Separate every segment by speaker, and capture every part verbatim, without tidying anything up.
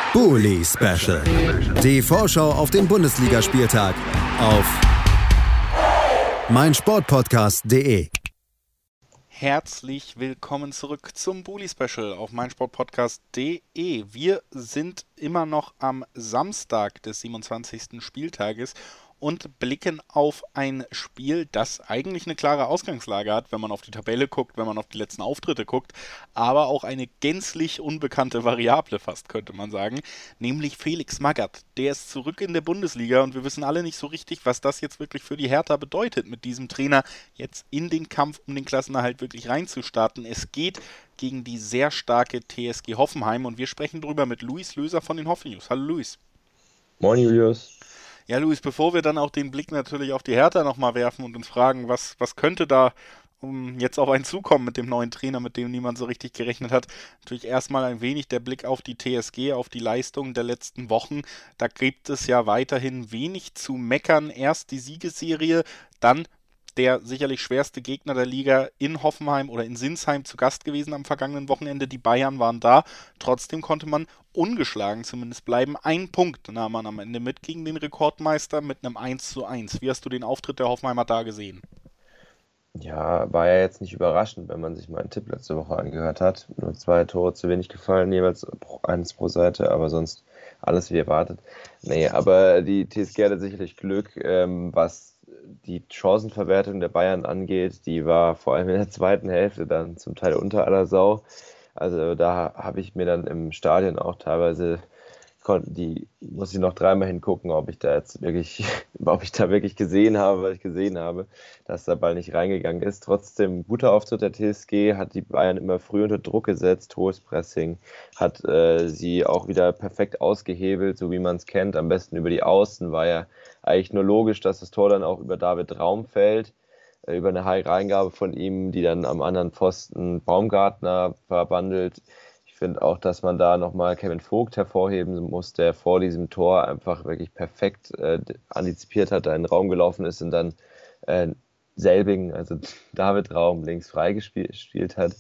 Speaker 1: Bully Special. Die Vorschau auf den Bundesligaspieltag auf meinsportpodcast punkt de.
Speaker 2: Herzlich willkommen zurück zum Bully Special auf meinsportpodcast punkt de. Wir sind immer noch am Samstag des siebenundzwanzigsten Spieltages und blicken auf ein Spiel, das eigentlich eine klare Ausgangslage hat, wenn man auf die Tabelle guckt, wenn man auf die letzten Auftritte guckt, aber auch eine gänzlich unbekannte Variable fast, könnte man sagen, nämlich Felix Magath. Der ist zurück in der Bundesliga und wir wissen alle nicht so richtig, was das jetzt wirklich für die Hertha bedeutet, mit diesem Trainer jetzt in den Kampf um den Klassenerhalt wirklich reinzustarten. Es geht gegen die sehr starke T S G Hoffenheim und wir sprechen drüber mit Luis Löser von den Hoffen-News. Hallo Luis.
Speaker 3: Moin Julius.
Speaker 2: Ja, Luis, bevor wir dann auch den Blick natürlich auf die Hertha nochmal werfen und uns fragen, was, was könnte da um jetzt auf einen zukommen mit dem neuen Trainer, mit dem niemand so richtig gerechnet hat, natürlich erstmal ein wenig der Blick auf die T S G, auf die Leistungen der letzten Wochen. Da gibt es ja weiterhin wenig zu meckern. Erst die Siegesserie, dann der sicherlich schwerste Gegner der Liga in Hoffenheim oder in Sinsheim zu Gast gewesen am vergangenen Wochenende. Die Bayern waren da. Trotzdem konnte man ungeschlagen zumindest bleiben. Ein Punkt nahm man am Ende mit gegen den Rekordmeister mit einem eins zu eins. Wie hast du den Auftritt der Hoffenheimer da gesehen?
Speaker 3: Ja, war ja jetzt nicht überraschend, wenn man sich meinen Tipp letzte Woche angehört hat. Nur zwei Tore zu wenig gefallen, jeweils eins pro Seite, aber sonst alles wie erwartet. Nee, aber die T S G hatte sicherlich Glück, ähm, was die Chancenverwertung der Bayern angeht. Die war vor allem in der zweiten Hälfte dann zum Teil unter aller Sau. Also da habe ich mir dann im Stadion auch teilweise, die muss ich noch dreimal hingucken, ob ich da jetzt wirklich, ob ich da wirklich gesehen habe, was ich gesehen habe, dass der Ball nicht reingegangen ist. Trotzdem guter Auftritt der T S G, hat die Bayern immer früh unter Druck gesetzt, hohes Pressing, hat äh, sie auch wieder perfekt ausgehebelt, so wie man es kennt, am besten über die Außen. War ja eigentlich nur logisch, dass das Tor dann auch über David Raum fällt, äh, über eine Reingabe von ihm, die dann am anderen Pfosten Baumgartner verbandelt. Ich finde auch, dass man da nochmal Kevin Vogt hervorheben muss, der vor diesem Tor einfach wirklich perfekt äh, antizipiert hat, da in den Raum gelaufen ist und dann äh, Selbing, also David Raum, links freigespielt hat.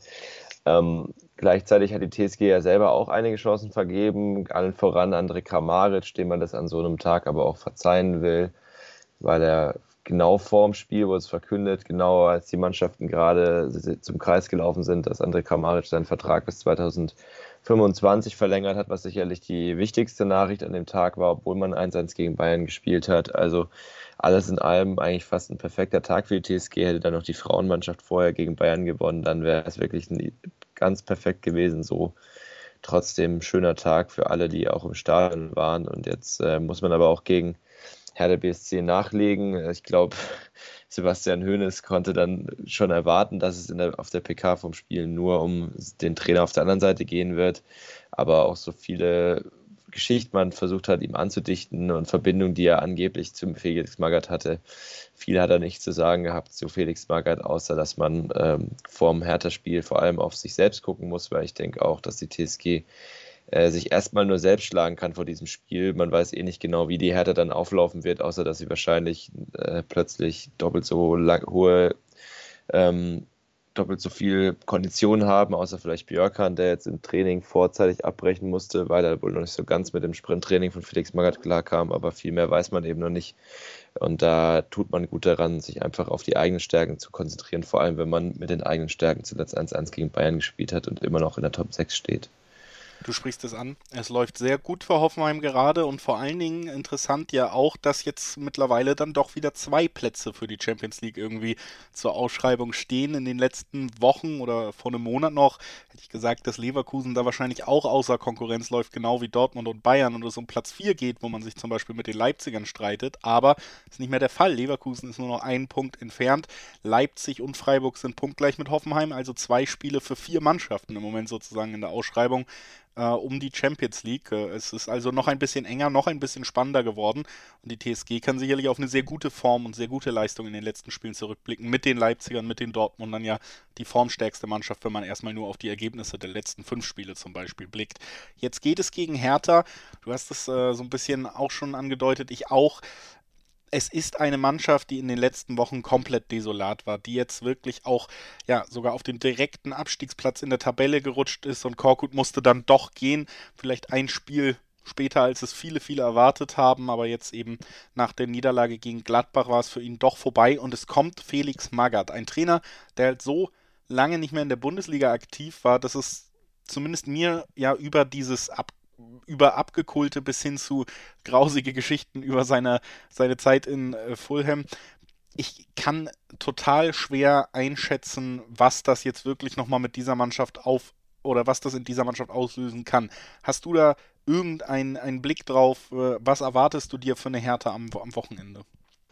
Speaker 3: Ähm, gleichzeitig hat die T S G ja selber auch einige Chancen vergeben, allen voran Andrej Kramaric, dem man das an so einem Tag aber auch verzeihen will, weil er genau vorm Spiel wurde es verkündet, genau als die Mannschaften gerade zum Kreis gelaufen sind, dass Andrej Kramaric seinen Vertrag bis zweitausendfünfundzwanzig verlängert hat, was sicherlich die wichtigste Nachricht an dem Tag war, obwohl man eins eins gegen Bayern gespielt hat. Also alles in allem eigentlich fast ein perfekter Tag für die T S G. Hätte dann noch die Frauenmannschaft vorher gegen Bayern gewonnen, dann wäre es wirklich ein, ganz perfekt gewesen. So trotzdem ein schöner Tag für alle, die auch im Stadion waren. Und jetzt äh, muss man aber auch gegen Hertha B S C nachlegen. Ich glaube, Sebastian Hoeneß konnte dann schon erwarten, dass es in der, auf der P K vom Spiel nur um den Trainer auf der anderen Seite gehen wird. Aber auch so viele Geschichten man versucht hat, ihm anzudichten und Verbindungen, die er angeblich zum Felix Magath hatte. Viel hat er nicht zu sagen gehabt zu Felix Magath, außer dass man ähm, vor dem Hertha-Spiel vor allem auf sich selbst gucken muss, weil ich denke auch, dass die T S G äh, sich erstmal nur selbst schlagen kann vor diesem Spiel. Man weiß eh nicht genau, wie die Hertha dann auflaufen wird, außer dass sie wahrscheinlich äh, plötzlich doppelt so lang, hohe ähm, doppelt so viel Kondition haben, außer vielleicht Björkan, der jetzt im Training vorzeitig abbrechen musste, weil er wohl noch nicht so ganz mit dem Sprinttraining von Felix Magath klarkam, aber viel mehr weiß man eben noch nicht. Und da tut man gut daran, sich einfach auf die eigenen Stärken zu konzentrieren, vor allem wenn man mit den eigenen Stärken zuletzt eins eins gegen Bayern gespielt hat und immer noch in der Top sechs steht.
Speaker 2: Du sprichst es an. Es läuft sehr gut für Hoffenheim gerade und vor allen Dingen interessant ja auch, dass jetzt mittlerweile dann doch wieder zwei Plätze für die Champions League irgendwie zur Ausschreibung stehen. In den letzten Wochen oder vor einem Monat noch hätte ich gesagt, dass Leverkusen da wahrscheinlich auch außer Konkurrenz läuft, genau wie Dortmund und Bayern und es um Platz vier geht, wo man sich zum Beispiel mit den Leipzigern streitet. Aber das ist nicht mehr der Fall. Leverkusen ist nur noch einen Punkt entfernt. Leipzig und Freiburg sind punktgleich mit Hoffenheim, also zwei Spiele für vier Mannschaften im Moment sozusagen in der Ausschreibung um die Champions League. Es ist also noch ein bisschen enger, noch ein bisschen spannender geworden und die T S G kann sicherlich auf eine sehr gute Form und sehr gute Leistung in den letzten Spielen zurückblicken, mit den Leipzigern, mit den Dortmundern ja die formstärkste Mannschaft, wenn man erstmal nur auf die Ergebnisse der letzten fünf Spiele zum Beispiel blickt. Jetzt geht es gegen Hertha, du hast es äh, so ein bisschen auch schon angedeutet, ich auch. Es ist eine Mannschaft, die in den letzten Wochen komplett desolat war, die jetzt wirklich auch ja sogar auf den direkten Abstiegsplatz in der Tabelle gerutscht ist und Korkut musste dann doch gehen. Vielleicht ein Spiel später, als es viele, viele erwartet haben, aber jetzt eben nach der Niederlage gegen Gladbach war es für ihn doch vorbei und es kommt Felix Magath, ein Trainer, der halt so lange nicht mehr in der Bundesliga aktiv war, dass es zumindest mir ja über dieses Ab über abgekohlte bis hin zu grausige Geschichten über seine, seine Zeit in äh, Fulham. Ich kann total schwer einschätzen, was das jetzt wirklich nochmal mit dieser Mannschaft auf oder was das in dieser Mannschaft auslösen kann. Hast du da irgendeinen einen Blick drauf? äh, Was erwartest du dir für eine Hertha am, am Wochenende?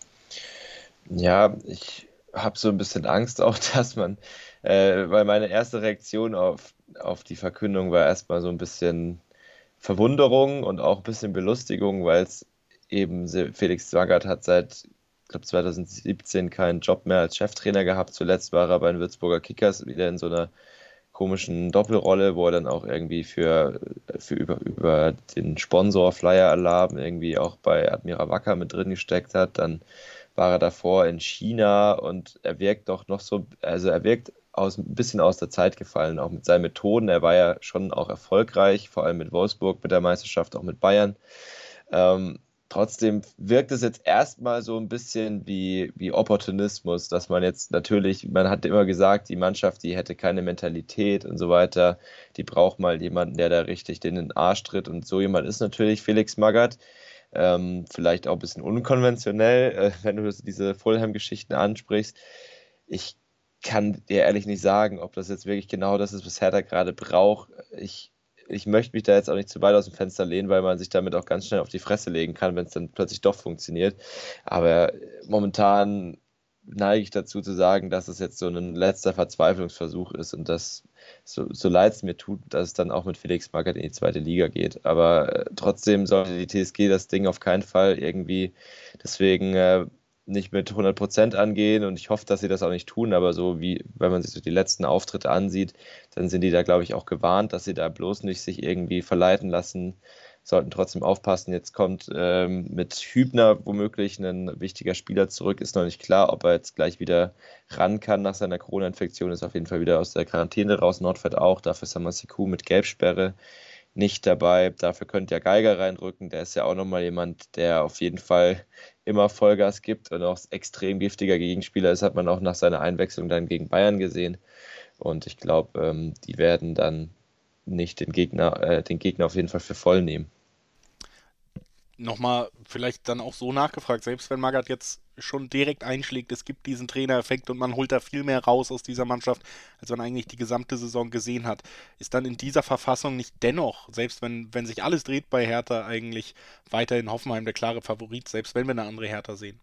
Speaker 3: Ja, ich habe so ein bisschen Angst auch, dass man, äh, weil meine erste Reaktion auf, auf die Verkündung war erstmal so ein bisschen Verwunderung und auch ein bisschen Belustigung, weil es eben Se- Felix Magath hat seit, ich glaube, zwanzig siebzehn keinen Job mehr als Cheftrainer gehabt. Zuletzt war er bei den Würzburger Kickers wieder in so einer komischen Doppelrolle, wo er dann auch irgendwie für, für über, über den Sponsor Flyer Alarm irgendwie auch bei Admira Wacker mit drin gesteckt hat. Dann war er davor in China und er wirkt doch noch so, also er wirkt aus, ein bisschen aus der Zeit gefallen, auch mit seinen Methoden. Er war ja schon auch erfolgreich, vor allem mit Wolfsburg, mit der Meisterschaft, auch mit Bayern. Ähm, Trotzdem wirkt es jetzt erstmal so ein bisschen wie, wie Opportunismus, dass man jetzt natürlich, man hat immer gesagt, die Mannschaft, die hätte keine Mentalität und so weiter, die braucht mal jemanden, der da richtig den in den Arsch tritt und so jemand ist natürlich Felix Magath. Ähm, vielleicht auch ein bisschen unkonventionell, äh, wenn du diese Fulham-Geschichten ansprichst. Ich kann dir ehrlich nicht sagen, ob das jetzt wirklich genau das ist, was Hertha gerade braucht. Ich, ich möchte mich da jetzt auch nicht zu weit aus dem Fenster lehnen, weil man sich damit auch ganz schnell auf die Fresse legen kann, wenn es dann plötzlich doch funktioniert. Aber momentan neige ich dazu zu sagen, dass es jetzt so ein letzter Verzweiflungsversuch ist und dass, so, so leid es mir tut, dass es dann auch mit Felix Magath in die zweite Liga geht. Aber äh, trotzdem sollte die T S G das Ding auf keinen Fall irgendwie deswegen äh, nicht mit hundert Prozent angehen und ich hoffe, dass sie das auch nicht tun, aber so wie, wenn man sich so die letzten Auftritte ansieht, dann sind die da, glaube ich, auch gewarnt, dass sie da bloß nicht sich irgendwie verleiten lassen, sollten trotzdem aufpassen. Jetzt kommt ähm, mit Hübner womöglich ein wichtiger Spieler zurück, ist noch nicht klar, ob er jetzt gleich wieder ran kann nach seiner Corona-Infektion, ist auf jeden Fall wieder aus der Quarantäne raus, Nordfeld auch, dafür ist Samasiku mit Gelbsperre nicht dabei. Dafür könnte ja Geiger reindrücken. Der ist ja auch nochmal jemand, der auf jeden Fall immer Vollgas gibt und auch extrem giftiger Gegenspieler ist, hat man auch nach seiner Einwechslung dann gegen Bayern gesehen. Und ich glaube, ähm, die werden dann nicht den Gegner, äh, den Gegner auf jeden Fall für voll nehmen.
Speaker 2: Nochmal vielleicht dann auch so nachgefragt, selbst wenn Magath jetzt schon direkt einschlägt, es gibt diesen Trainereffekt und man holt da viel mehr raus aus dieser Mannschaft, als man eigentlich die gesamte Saison gesehen hat, ist dann in dieser Verfassung nicht dennoch, selbst wenn, wenn sich alles dreht bei Hertha, eigentlich weiterhin Hoffenheim der klare Favorit, selbst wenn wir eine andere Hertha sehen?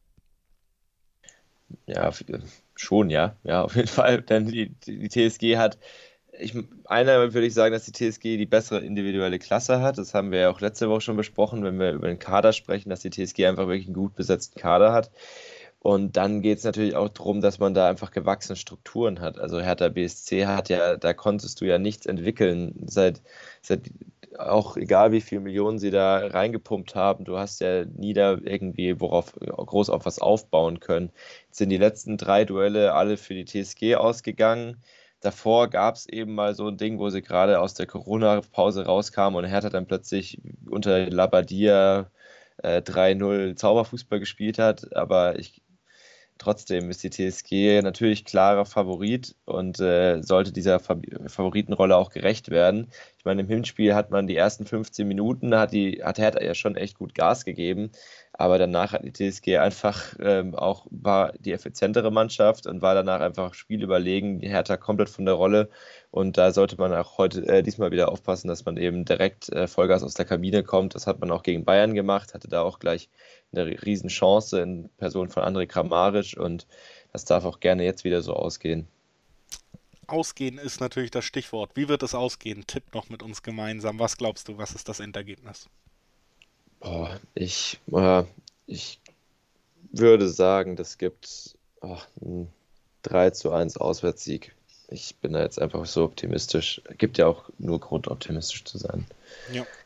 Speaker 3: Ja, f- schon, ja. Ja, auf jeden Fall. Denn die, die, die T S G hat, ich, einer würde ich sagen, dass die T S G die bessere individuelle Klasse hat. Das haben wir ja auch letzte Woche schon besprochen, wenn wir über den Kader sprechen, dass die T S G einfach wirklich einen gut besetzten Kader hat. Und dann geht es natürlich auch darum, dass man da einfach gewachsene Strukturen hat. Also Hertha B S C hat ja, da konntest du ja nichts entwickeln, seit, seit auch egal wie viele Millionen sie da reingepumpt haben, du hast ja nie da irgendwie worauf groß auf was aufbauen können. Jetzt sind die letzten drei Duelle alle für die T S G ausgegangen. Davor gab es eben mal so ein Ding, wo sie gerade aus der Corona-Pause rauskamen und Hertha dann plötzlich unter Labbadia äh, drei null Zauberfußball gespielt hat. Aber ich Trotzdem ist die T S G natürlich klarer Favorit und äh, sollte dieser Fa Favoritenrolle auch gerecht werden. Ich meine, im Hinspiel hat man die ersten fünfzehn Minuten, hat, die, hat Hertha ja schon echt gut Gas gegeben, aber danach hat die T S G einfach ähm, auch, war die effizientere Mannschaft und war danach einfach spielüberlegen, die Hertha komplett von der Rolle und da sollte man auch heute, äh, diesmal wieder aufpassen, dass man eben direkt äh, Vollgas aus der Kabine kommt. Das hat man auch gegen Bayern gemacht, hatte da auch gleich eine Riesenchance in Person von André Kramaric und das darf auch gerne jetzt wieder so ausgehen.
Speaker 2: Ausgehen ist natürlich das Stichwort. Wie wird es ausgehen? Tipp noch mit uns gemeinsam. Was glaubst du, was ist das Endergebnis?
Speaker 3: Boah, ich, äh, ich würde sagen, das gibt oh, einen drei zu eins Auswärtssieg. Ich bin da jetzt einfach so optimistisch. Gibt ja auch nur Grund, optimistisch zu sein.
Speaker 2: Ja,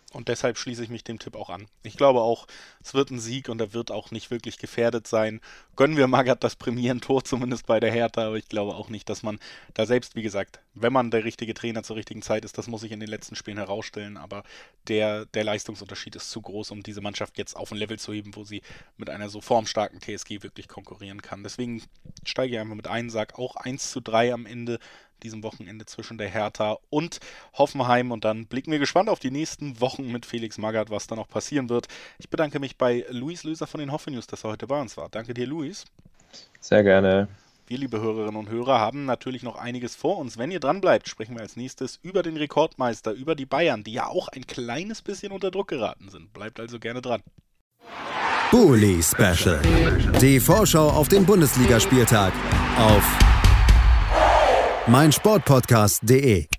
Speaker 2: Und deshalb schließe ich mich dem Tipp auch an. Ich glaube auch, es wird ein Sieg und er wird auch nicht wirklich gefährdet sein. Gönnen wir Magath das Premierentor zumindest bei der Hertha, aber ich glaube auch nicht, dass man da selbst, wie gesagt, wenn man der richtige Trainer zur richtigen Zeit ist, das muss ich in den letzten Spielen herausstellen, aber der, der Leistungsunterschied ist zu groß, um diese Mannschaft jetzt auf ein Level zu heben, wo sie mit einer so formstarken T S G wirklich konkurrieren kann. Deswegen steige ich einfach mit ein, sage auch eins zu drei am Ende diesem Wochenende zwischen der Hertha und Hoffenheim und dann blicken wir gespannt auf die nächsten Wochen mit Felix Magath, was da noch passieren wird. Ich bedanke mich bei Luis Löser von den Hoffe News, dass er heute bei uns war. Danke dir, Luis.
Speaker 3: Sehr gerne.
Speaker 2: Wir, liebe Hörerinnen und Hörer, haben natürlich noch einiges vor uns. Wenn ihr dran bleibt, sprechen wir als nächstes über den Rekordmeister, über die Bayern, die ja auch ein kleines bisschen unter Druck geraten sind. Bleibt also gerne dran.
Speaker 1: Bully Special. Die Vorschau auf den Bundesligaspieltag auf meinsportpodcast punkt de